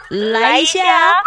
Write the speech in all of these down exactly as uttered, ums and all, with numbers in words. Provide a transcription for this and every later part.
来一下。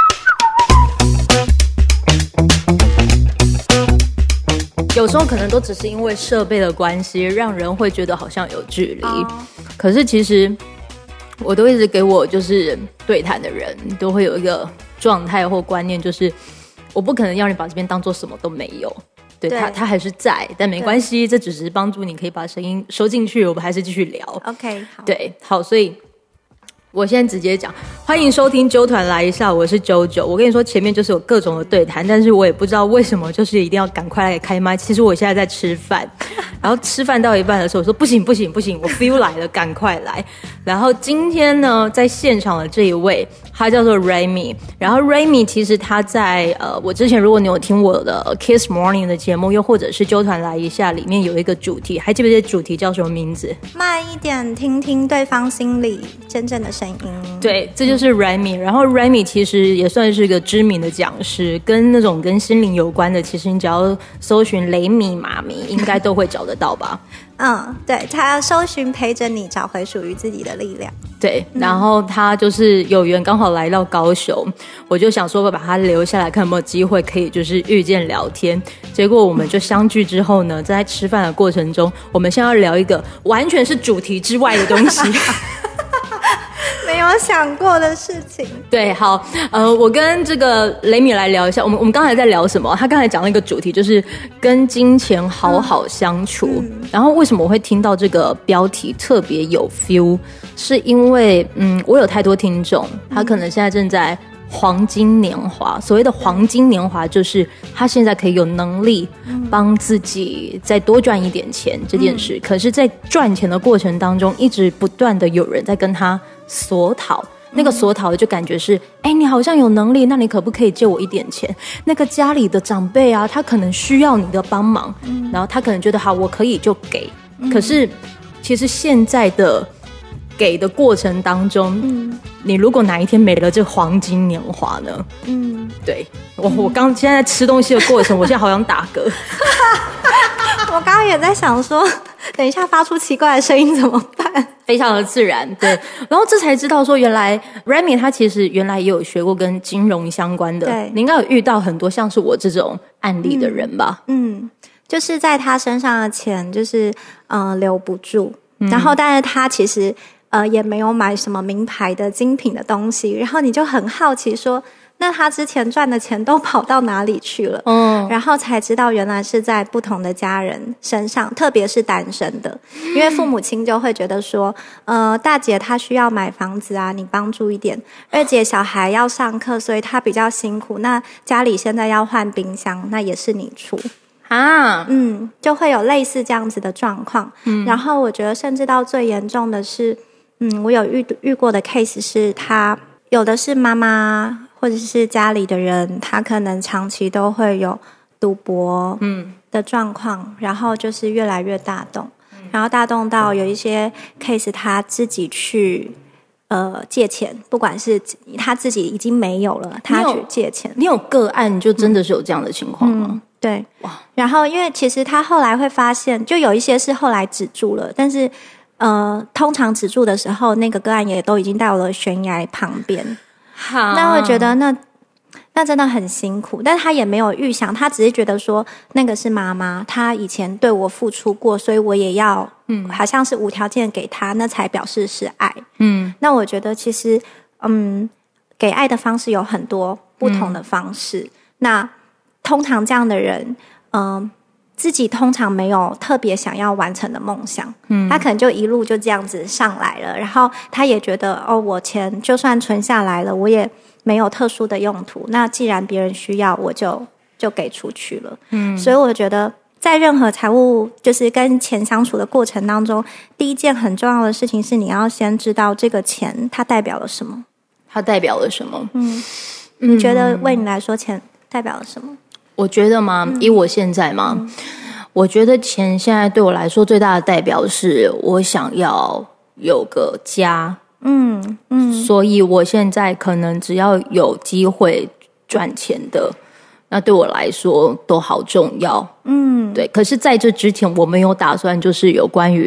有时候可能都只是因为设备的关系，让人会觉得好像有距离。Oh. 可是其实我都一直给我就是对谈的人都会有一个状态或观念，就是我不可能要你把这边当做什么都没有。对, 对他他还是在，但没关系，这只是帮助你可以把声音收进去，我们还是继续聊。 OK 好， 对，好，所以我现在直接讲，欢迎收听啾团来一下，我是啾啾。我跟你说前面就是有各种的对谈，但是我也不知道为什么就是一定要赶快来开麦。其实我现在在吃饭，然后吃饭到一半的时候我说不行不行不行，我 feel 来了，赶快来。然后今天呢在现场的这一位他叫做 Remy， 然后 Remy 其实他在呃，我之前如果你有听我的 Kiss Morning 的节目，又或者是啾团来一下里面有一个主题，还记不记得主题叫什么名字？ 慢一点听听对方心里真正的声音。 对，这就是 Remy。 然后 Remy 其实也算是一个知名的讲师，跟那种跟心灵有关的，其实你只要搜寻雷米妈咪应该都会找得到吧。 嗯，对，他搜寻陪着你找回属于自己的力量。 对，然后他就是有缘刚好来到高雄，我就想说把他留下来看有没有机会可以就是遇见聊天。结果我们就相聚之后呢，在吃饭的过程中，我们现在要聊一个完全是主题之外的东西。 没有想过的事情。 对，好，呃，我跟这个雷米来聊一下，我们我们刚才在聊什么？他刚才讲了一个主题，就是跟金钱好好相处。嗯嗯、然后为什么我会听到这个标题特别有 feel？ 是因为，嗯，我有太多听众，他可能现在正在黄金年华。所谓的黄金年华，就是他现在可以有能力帮自己再多赚一点钱这件事。嗯、可是，在赚钱的过程当中，一直不断的有人在跟他索讨，那个索讨的就感觉是，哎、欸，你好像有能力，那你可不可以借我一点钱？那个家里的长辈啊，他可能需要你的帮忙，嗯、然后他可能觉得好，我可以就给。嗯、可是，其实现在的给的过程当中，嗯、你如果哪一天没了这黄金年华呢？嗯，对我，我刚现在在吃东西的过程，我现在好想打嗝。 我刚刚也在想说，等一下发出奇怪的声音怎么办？ 非常的自然，对。然后这才知道说，原来 Remy 他其实原来也有学过跟金融相关的。对，你应该有遇到很多像是我这种案例的人吧？嗯， 嗯就是在他身上的钱就是呃留不住，嗯、然后但是他其实呃也没有买什么名牌的精品的东西，然后你就很好奇说，那他之前赚的钱都跑到哪里去了？嗯，然后才知道原来是在不同的家人身上，特别是单身的，因为父母亲就会觉得说，呃，大姐她需要买房子啊，你帮助一点；二姐小孩要上课，所以她比较辛苦，那家里现在要换冰箱，那也是你出啊。嗯，就会有类似这样子的状况。嗯，然后我觉得甚至到最严重的是，嗯，我有遇遇过的 case 是他有的是妈妈。或者是家里的人，他可能长期都会有赌博的状况，嗯、然后就是越来越大动，嗯、然后大动到有一些 case 他自己去呃借钱，不管是他自己已经没有了，他去借钱。 你有个案就真的是有这样的情况吗？嗯嗯、 对，哇。然后因为其实他后来会发现，就有一些是后来止住了，但是呃，通常止住的时候，那个个案也都已经到了悬崖旁边。那我觉得那那真的很辛苦，但他也没有预想，他只是觉得说那个是妈妈，她以前对我付出过，所以我也要，嗯，好像是无条件给她，那才表示是爱。嗯，那我觉得其实，嗯，给爱的方式有很多不同的方式。嗯、那通常这样的人，嗯、呃。自己通常没有特别想要完成的梦想，嗯，他可能就一路就这样子上来了，然后他也觉得哦，我钱就算存下来了，我也没有特殊的用途，那既然别人需要，我就就给出去了，嗯，所以我觉得在任何财务就是跟钱相处的过程当中，第一件很重要的事情是你要先知道这个钱它代表了什么， 它代表了什么？嗯， 你觉得为你来说钱代表了什么？ 我觉得嘛，嗯、以我现在嘛，嗯、我觉得钱现在对我来说最大的代表是我想要有个家，嗯嗯，所以我现在可能只要有机会赚钱的，那对我来说都好重要，嗯，对。可是在这之前，我没有打算就是有关于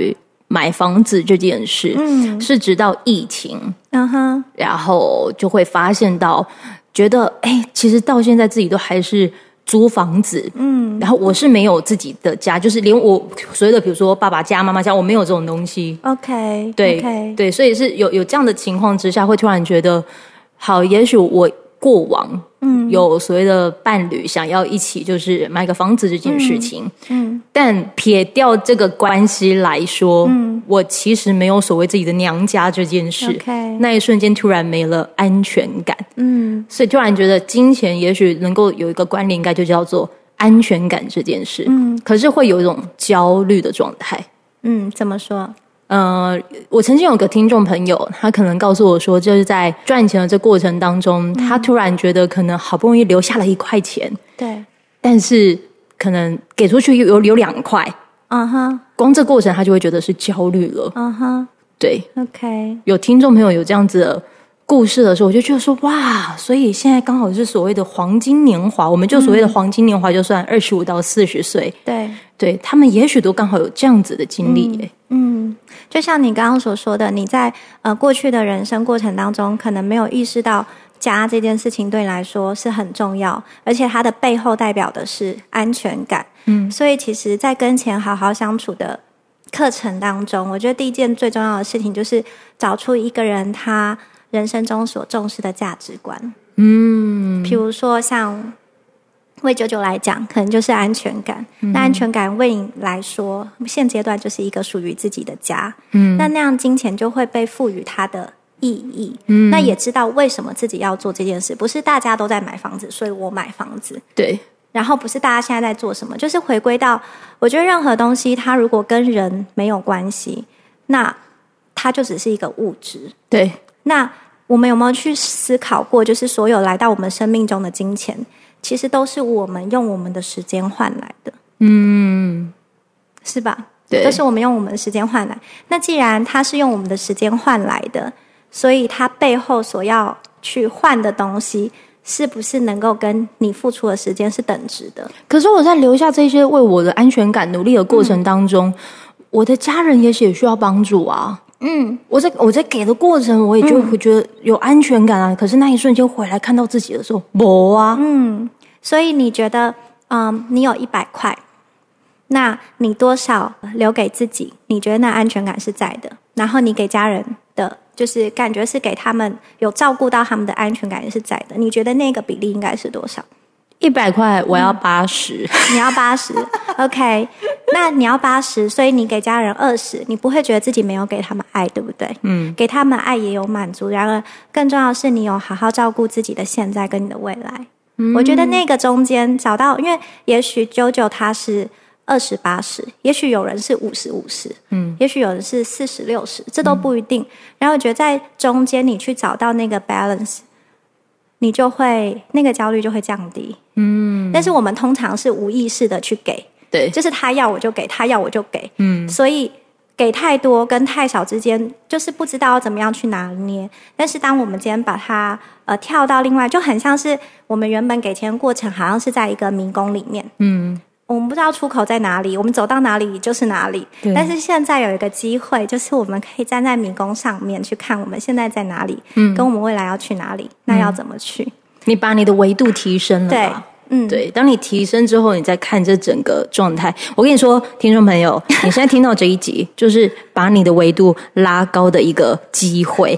买房子这件事，嗯，是直到疫情，嗯哼，然后就会发现到，觉得哎，其实到现在自己都还是租房子，嗯，然后我是没有自己的家，就是连我所谓的比如说爸爸家、妈妈家，我没有这种东西。 OK， 对 okay. 对，所以是有有这样的情况之下，会突然觉得，好，也许我过往嗯有所谓的伴侣想要一起就是买个房子这件事情，嗯，嗯但撇掉这个关系来说，嗯，我其实没有所谓自己的娘家这件事。 Okay. 那一瞬间突然没了安全感，嗯，所以突然觉得金钱也许能够有一个关联，应该就叫做安全感这件事，嗯，可是会有一种焦虑的状态。 嗯，怎么说？ 呃，我曾经有个听众朋友，他可能告诉我说，就是在赚钱的这过程当中，嗯，他突然觉得可能好不容易留下了一块钱， 对， 但是可能给出去有有两块，嗯哼，光这过程他就会觉得是焦虑了，嗯哼，对 ，OK， 有听众朋友有这样子的故事的时候，我就觉得说哇，所以现在刚好是所谓的黄金年华，我们就所谓的黄金年华就算二十五到四十岁， 对， 对他们也许都刚好有这样子的经历耶。 嗯，嗯就像你刚刚所说的，你在呃过去的人生过程当中，可能没有意识到家这件事情对你来说是很重要，而且它的背后代表的是安全感。嗯，所以其实，在跟钱好好相处的课程当中，我觉得第一件最重要的事情就是找出一个人他人生中所重视的价值观。嗯，比如说像为九九来讲，可能就是安全感。嗯、那安全感为你来说，现阶段就是一个属于自己的家。嗯，那那样金钱就会被赋予它的意义。嗯，那也知道为什么自己要做这件事，不是大家都在买房子，所以我买房子。 对。 然后不是大家现在在做什么，就是回归到，我觉得任何东西，它如果跟人没有关系，那它就只是一个物质。 对。 那我们有没有去思考过，就是所有来到我们生命中的金钱，其实都是我们用我们的时间换来的，嗯，是吧？ 对， 都是我们用我们的时间换来。那既然它是用我们的时间换来的，所以它背后所要去换的东西，是不是能够跟你付出的时间是等值的？ 可是我在留下这些为我的安全感努力的过程当中，嗯、我的家人也许也需要帮助啊。嗯，我在我在给的过程，我也就会觉得有安全感啊。嗯、可是那一瞬间回来看到自己的时候，没啊。 嗯，所以你觉得，嗯，你有一百块，那你多少留给自己？你觉得那安全感是在的，然后你给家人的，就是感觉是给他们有照顾到他们的安全感也是在的。你觉得那个比例应该是多少？ 一百块，我要八十、 嗯。你要八十 ，OK？ 那你要八十，所以你给家人二十，你不会觉得自己没有给他们爱，对不对？嗯，给他们爱也有满足。然而，更重要的是你有好好照顾自己的现在跟你的未来。嗯、我觉得那个中间找到，因为也许啾啾他是二十八十，也许有人是五十五十，嗯，也许有人是四十六十，这都不一定。嗯、然后我觉得在中间你去找到那个 balance。你就会那个焦虑就会降低，嗯，但是我们通常是无意识的去给， 对， 就是他要我就给，他要我就给，嗯，所以给太多跟太少之间，就是不知道要怎么样去拿捏。但是当我们今天把它呃跳到另外，就很像是我们原本给钱的过程，好像是在一个迷宫里面，嗯。我们不知道出口在哪里，我们走到哪里就是哪里。但是现在有一个机会，就是我们可以站在迷宫上面去看我们现在在哪里，嗯，跟我们未来要去哪里，那要怎么去？ 你把你的维度提升了吧？ 对，嗯， 对。当你提升之后，你再看这整个状态。我跟你说，听众朋友，你现在听到这一集，就是把你的维度拉高的一个机会。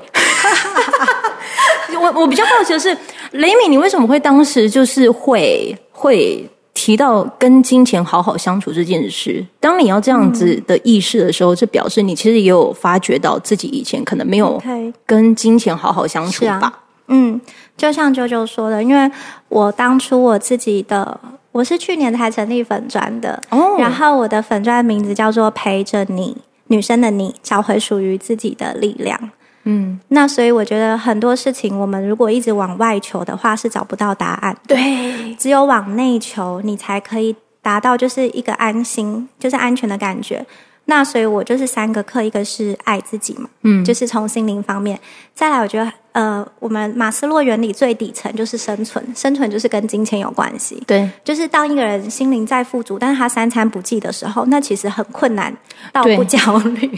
我我比较好奇的是，雷米，你为什么会当时就是会会？提到跟金钱好好相处这件事，当你要这样子的意识的时候，这、嗯、表示你其实也有发觉到自己以前可能没有跟金钱好好相处吧。 啊、嗯，就像啾啾说的，因为我当初我自己的，我是去年才成立粉专的，哦，然后我的粉专名字叫做陪着你，女生的你，找回属于自己的力量。嗯，那所以我觉得很多事情，我们如果一直往外求的话，是找不到答案。 对， 只有往内求，你才可以达到就是一个安心，就是安全的感觉。那所以我就是三个课，一个是爱自己嘛，嗯，就是从心灵方面。再来，我觉得呃，我们马斯洛原理最底层就是生存，生存就是跟金钱有关系。 对， 就是当一个人心灵再富足，但是他三餐不济的时候，那其实很困难到不焦虑。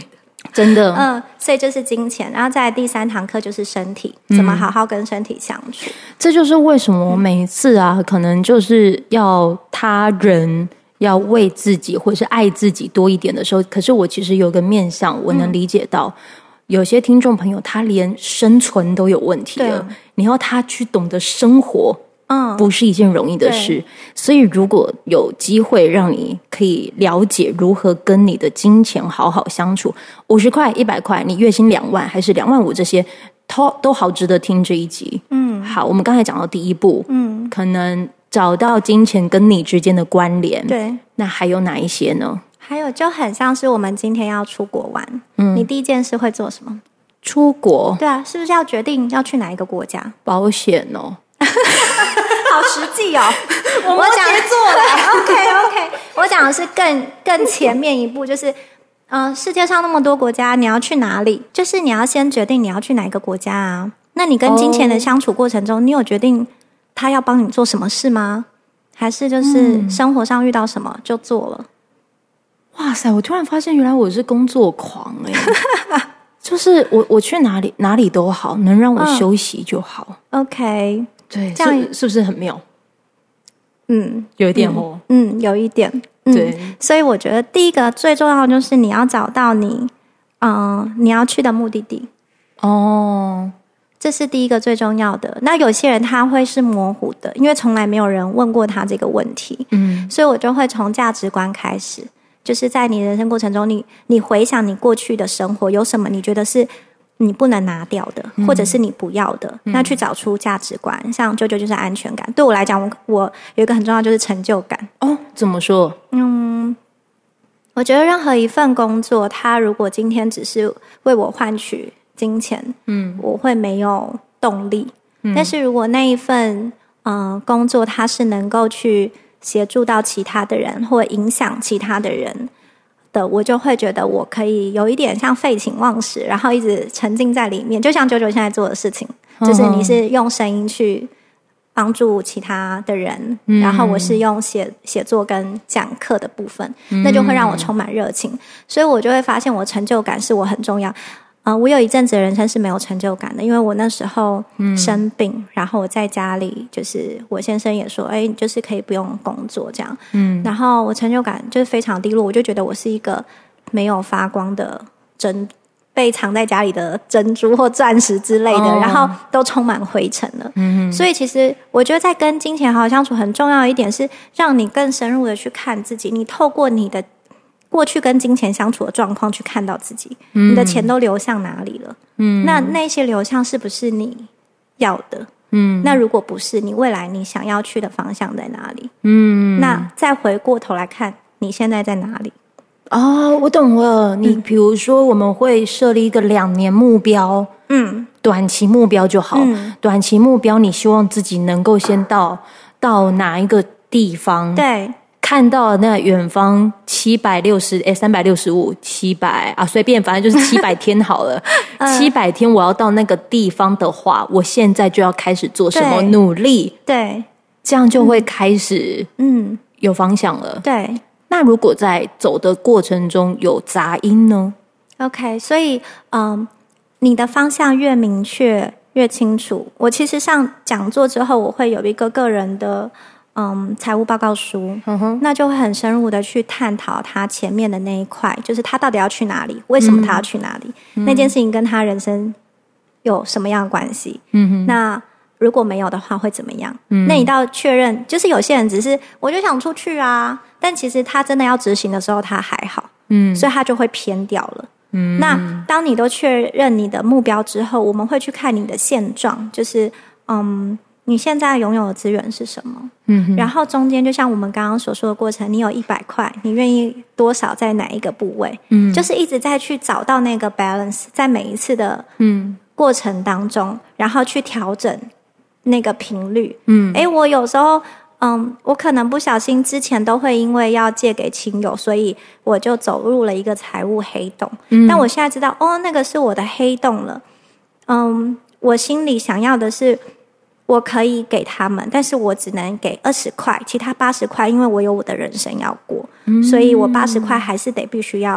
真的， 嗯，所以就是金钱，然后再来第三堂课就是身体，怎么好好跟身体相处。嗯、 这就是为什么每一次啊，可能就是要他人要为自己或者是爱自己多一点的时候，可是我其实有个面向，我能理解到。嗯，有些听众朋友他连生存都有问题了，你要他去懂得生活，嗯，不是一件容易的事。所以如果有机会让你可以了解如何跟你的金钱好好相处，五十块、一百块，你月薪两万还是两万五，这些都都好值得听这一集。嗯，好，我们刚才讲到第一步，嗯，可能找到金钱跟你之间的关联。对，那还有哪一些呢？ 还有就很像是我们今天要出国玩，嗯，你第一件事会做什么？ 出国？ 对啊，是不是要决定要去哪一个国家？ 保险哦， 好实际哦。我摩羯座的，OK OK。我讲的是更更前面一步，就是嗯、呃，世界上那么多国家，你要去哪里？就是你要先决定你要去哪一个国家啊。那你跟金钱的相处过程中，哦、你有决定他要帮你做什么事吗？还是就是生活上遇到什么就做了？ 哇塞！我突然发现，原来我是工作狂哎、欸，就是我我去哪里哪里都好，能让我休息就好。 嗯、OK， 对，这样 是, 是不是很妙？ 嗯， 有一点哦， 嗯，嗯有一点。嗯、 对， 所以我觉得第一个最重要的就是你要找到你，嗯、呃，你要去的目的地。哦，这是第一个最重要的。那有些人他会是模糊的，因为从来没有人问过他这个问题。嗯，所以我就会从价值观开始。就是在你人生过程中，你你回想你过去的生活，有什么你觉得是你不能拿掉的，嗯、或者是你不要的，嗯、那去找出价值观。像啾啾就是安全感，对我来讲，我我有一个很重要就是成就感。 哦，怎么说？嗯， 我觉得任何一份工作，它如果今天只是为我换取金钱，嗯，我会没有动力。嗯、但是如果那一份呃工作，它是能够去协助到其他的人或影响其他的人的，我就会觉得我可以有一点像废寝忘食，然后一直沉浸在里面，就像啾啾现在做的事情，就是你是用声音去帮助其他的人，嗯、然后我是用写写作跟讲课的部分，嗯、那就会让我充满热情，所以我就会发现我成就感是我很重要。呃，我有一阵子的人生是没有成就感的，因为我那时候生病，嗯、然后我在家里，就是我先生也说，哎，你就是可以不用工作这样，嗯，然后我成就感就是非常低落，我就觉得我是一个没有发光的珍，被藏在家里的珍珠或钻石之类的，哦、然后都充满灰尘了，嗯，所以其实我觉得在跟金钱好好相处很重要的一点是，让你更深入的去看自己，你透过你的过去跟金钱相处的状况去看到自己，嗯、你的钱都流向哪里了？嗯，那那些流向是不是你要的？嗯，那如果不是，你未来你想要去的方向在哪里？嗯，那再回过头来看，你现在在哪里？ 哦，我懂了。你比如说，我们会设立一个两年目标，嗯，短期目标就好。嗯、短期目标，你希望自己能够先到到哪一个地方？ 对。 看到那远方七百六十哎三百六十五七百啊随便反正就是七百天好了，七百、嗯、天我要到那个地方的话，我现在就要开始做什么努力？ 对， 这样就会开始嗯有方向了。 对， 那如果在走的过程中有杂音呢 ？OK， 所以嗯，你的方向越明确越清楚。我其实上讲座之后，我会有一个个人的。嗯，财务报告书，嗯哼，那就会很深入的去探讨他前面的那一块，就是他到底要去哪里，为什么他要去哪里，嗯、那件事情跟他人生有什么样的关系？嗯哼，那如果没有的话会怎么样？嗯，那你到确认，就是有些人只是我就想出去啊，但其实他真的要执行的时候，他还好，嗯，所以他就会偏掉了。嗯，那当你都确认你的目标之后，我们会去看你的现状，就是嗯。你现在拥有的资源是什么？嗯，然后中间就像我们刚刚所说的过程，你有一百块，你愿意多少在哪一个部位？嗯，就是一直在去找到那个 balance， 在每一次的嗯过程当中，然后去调整那个频率。嗯，哎，我有时候嗯，我可能不小心之前都会因为要借给亲友，所以我就走入了一个财务黑洞。嗯，但我现在知道，哦，那个是我的黑洞了。嗯，我心里想要的是。我可以给他们，但是我只能给二十块，其他八十块，因为我有我的人生要过，嗯、所以我八十块还是得必须要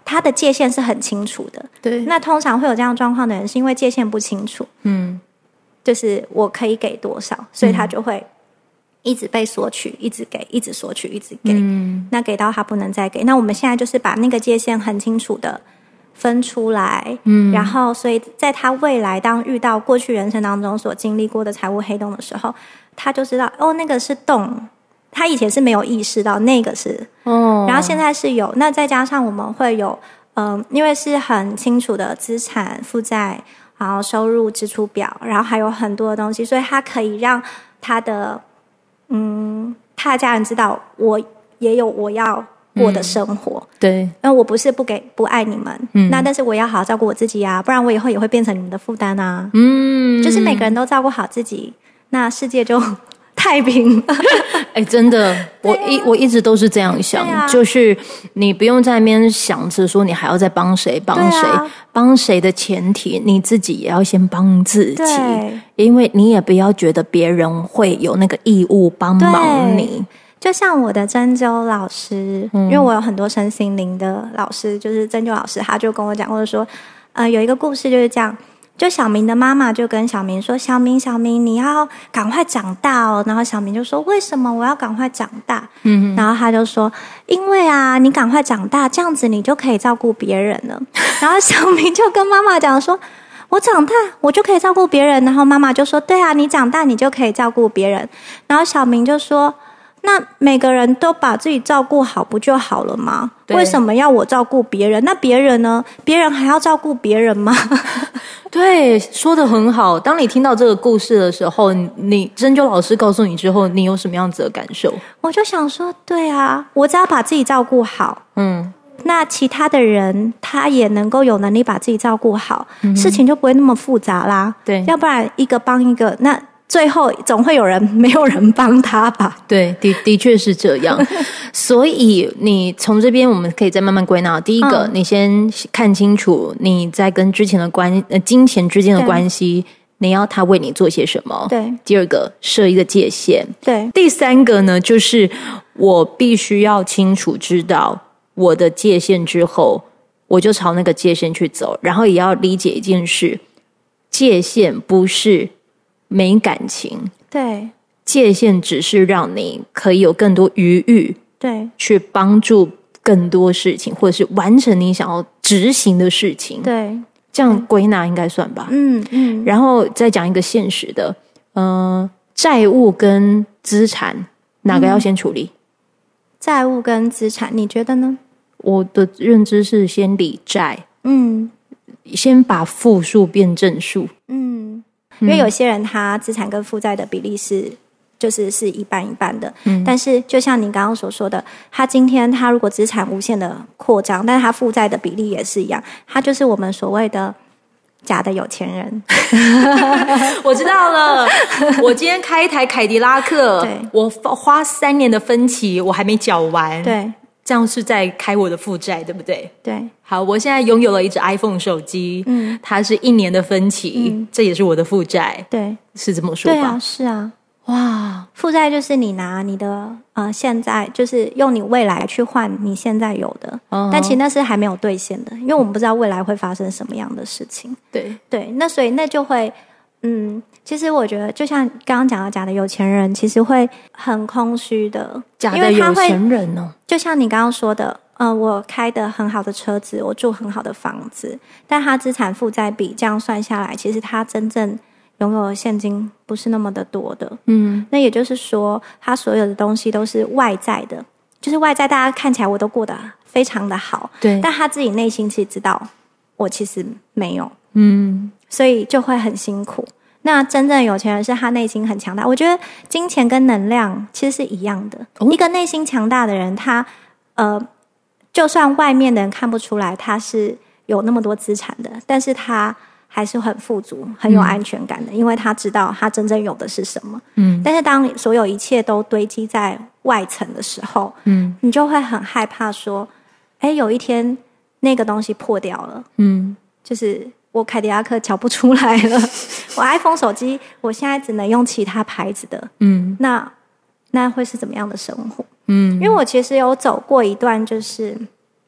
他的界限是很清楚的。 对， 那通常会有这样状况的人，是因为界限不清楚。嗯，就是我可以给多少，所以他就会一直被索取，一直给，一直索取，一直给。嗯，那给到他不能再给。那我们现在就是把那个界限很清楚的分出来，嗯，然后所以在他未来当遇到过去人生当中所经历过的财务黑洞的时候，他就知道哦，那个是洞，他以前是没有意识到那个是哦，然后现在是有。那再加上我们会有嗯、呃，因为是很清楚的资产负债，然后收入支出表，然后还有很多的东西，所以他可以让他的嗯他的家人知道我也有我要过的生活。嗯， 对， 那我不是不给不爱你们，嗯，那但是我要好好照顾我自己啊，不然我以后也会变成你们的负担啊。嗯，就是每个人都照顾好自己，那世界就太平。 哎、欸，真的，我一、啊、我一直都是这样想，啊、就是你不用在那边想着说你还要再帮谁帮谁，帮谁的前提，你自己也要先帮自己，因为你也不要觉得别人会有那个义务帮忙你。 就像我的针灸老师，嗯，因为我有很多身心灵的老师，就是针灸老师，他就跟我讲过说，呃，有一个故事就是这样，就小明的妈妈就跟小明说，小明小明你要赶快长大哦，然后小明就说为什么我要赶快长大？嗯，然后他就说因为啊你赶快长大，这样子你就可以照顾别人了。然后小明就跟妈妈讲说我长大我就可以照顾别人，然后妈妈就说对啊你长大你就可以照顾别人。然后小明就说那每个人都把自己照顾好不就好了吗？为什么要我照顾别人？那别人呢？别人还要照顾别人吗？ 对，说得很好。当你听到这个故事的时候，你针灸老师告诉你之后，你有什么样子的感受？ 我就想说，对啊，我只要把自己照顾好，嗯，那其他的人他也能够有能力把自己照顾好，嗯，事情就不会那么复杂啦。对，要不然一个帮一个，那最后总会有人没有人帮他吧？对， 的的确是这样。所以你从这边我们可以再慢慢归纳。第一个，嗯，你先看清楚你在跟之前的关呃金钱之间的关系，你要他为你做些什么。对。第二个，设一个界限。对。第三个呢，就是我必须要清楚知道我的界限之后，我就朝那个界限去走，然后也要理解一件事，界限不是没感情，对，界限只是让你可以有更多余裕，对，去帮助更多事情，或者是完成你想要执行的事情，对，这样归纳应该算吧。嗯嗯。然后再讲一个现实的，嗯、呃，债务跟资产哪个要先处理？嗯， 债务跟资产，你觉得呢？ 我的认知是先理债，嗯，先把负数变正数，嗯。 因为有些人他资产跟负债的比例是就是是一半一半的，嗯，但是就像你刚刚所说的，他今天他如果资产无限的扩张，但是他负债的比例也是一样，他就是我们所谓的假的有钱人。 我知道了，我今天开一台凯迪拉克，对，我花三年的分期我还没缴完，对，这样是在开我的负债，对不对？对。好，我现在拥有了一只 iPhone 手机，嗯，它是一年的分期，嗯，这也是我的负债，对，是这么说吧？ 对啊，是啊，哇，负债就是你拿你的呃现在就是用你未来去换你现在有的，哦，但其实那是还没有兑现的，因为我们不知道未来会发生什么样的事情。对对，那所以那就会嗯，其实我觉得就像刚刚讲的假的有钱人，其实会很空虚的， 假的有钱人呢， 就像你刚刚说的。呃，我开的很好的车子，我住很好的房子，但他资产负债比这样算下来，其实他真正拥有的现金不是那么的多的。嗯，那也就是说，他所有的东西都是外在的，就是外在大家看起来我都过得非常的好，对，但他自己内心其实知道我其实没有，嗯，所以就会很辛苦。那真正有钱人是他内心很强大，我觉得金钱跟能量其实是一样的。哦，一个内心强大的人，他呃。就算外面的人看不出来他是有那么多资产的，但是他还是很富足很有安全感的，嗯，因为他知道他真正有的是什么。嗯，但是当所有一切都堆积在外层的时候，嗯，你就会很害怕说哎，有一天那个东西破掉了，嗯，就是我凯迪拉克瞧不出来了，我 iPhone 手机我现在只能用其他牌子的，嗯，那那会是怎么样的生活？嗯，因为我其实有走过一段，就是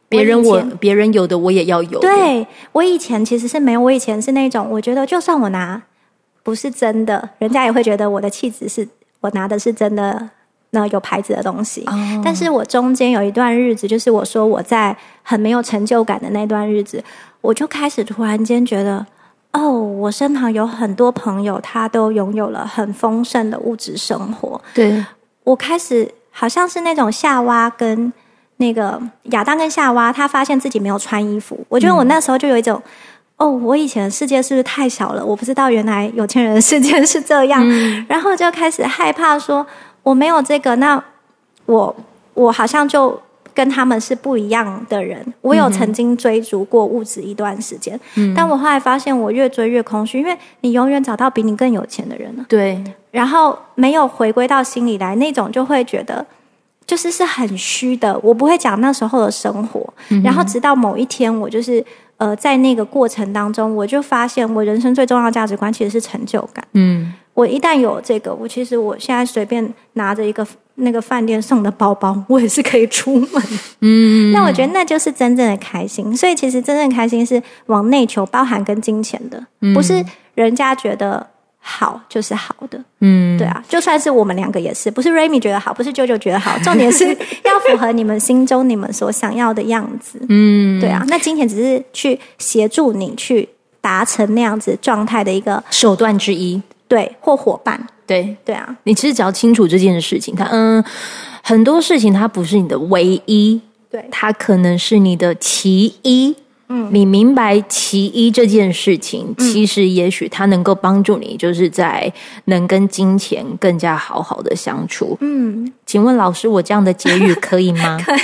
别人我别人有的我也要有的。 对，我以前其实是没有，我以前是那种我觉得就算我拿不是真的，人家也会觉得我的气质是我拿的是真的，那有牌子的东西。哦、但是我中间有一段日子，就是我说我在很没有成就感的那段日子，我就开始突然间觉得，哦，我身旁有很多朋友，他都拥有了很丰盛的物质生活。 对， 我开始好像是那种夏娃跟那个亚当跟夏娃，他发现自己没有穿衣服。我觉得我那时候就有一种，嗯、哦，我以前的世界是不是太小了？我不知道原来有钱人的世界是这样，嗯、然后就开始害怕说，我没有这个，那我我好像就跟他们是不一样的人。我有曾经追逐过物质一段时间，嗯、但我后来发现我越追越空虚，因为你永远找到比你更有钱的人了。 对， 然后没有回归到心里来，那种就会觉得就是是很虚的。我不会讲那时候的生活，嗯、然后直到某一天，我就是呃在那个过程当中，我就发现我人生最重要的价值观其实是成就感。嗯，我一旦有这个，我其实我现在随便拿着一个那个饭店送的包包，我也是可以出门。嗯，那我觉得那就是真正的开心。所以其实真正的开心是往内求，包含跟金钱的，嗯、不是人家觉得好就是好的。嗯，对啊，就算是我们两个也是，不是 Remy 觉得好，不是啾啾觉得好，重点是要符合你们心中你们所想要的样子。嗯，对啊，那金钱只是去协助你去达成那样子状态的一个手段之一， 对，或伙伴。 对对啊， 你其实只要清楚这件事情，它嗯，很多事情它不是你的唯一， 对， 它可能是你的其一。嗯，你明白其一这件事情，嗯、其实也许它能够帮助你，就是在能跟金钱更加好好的相处。嗯，请问老师，我这样的结语可以吗？ 可以。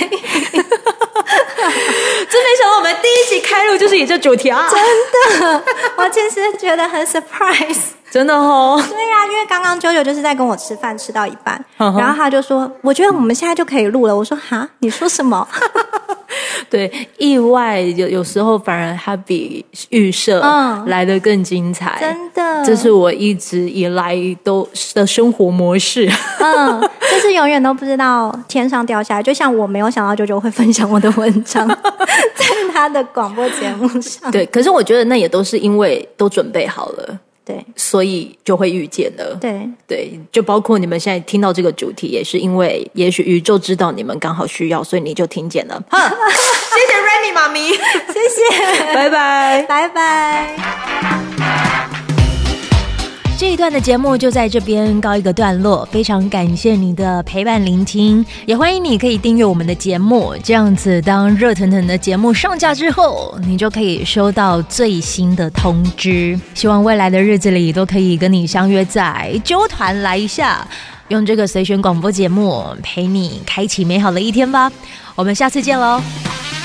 真没想到我们第一集开录就是以这主题啊！ 真的，我其实觉得很 surprise。 真的哦， 对呀、啊，因为刚刚啾啾就是在跟我吃饭，吃到一半，呵呵然后他就说：“我觉得我们现在就可以录了。”我说：“哈，你说什么？” 对，意外有有时候反而它比预设来得更精彩， 真的， 这是我一直以来都的生活模式。 嗯，就是永远都不知道天上掉下来，就像我没有想到啾啾会分享我的文章在他的广播节目上。 对，可是我觉得那也都是因为都准备好了。 对， 所以就会遇见了。 对对，就包括你们现在听到这个主题，也是因为也许宇宙知道你们刚好需要，所以你就听见了。谢谢 Remy 妈咪， 谢谢， 拜拜， 拜拜。 这一段的节目就在这边告一个段落，非常感谢你的陪伴聆听，也欢迎你可以订阅我们的节目，这样子当热腾腾的节目上架之后，你就可以收到最新的通知。希望未来的日子里都可以跟你相约在啾团来一下，用这个随选广播节目陪你开启美好的一天吧。我们下次见喽。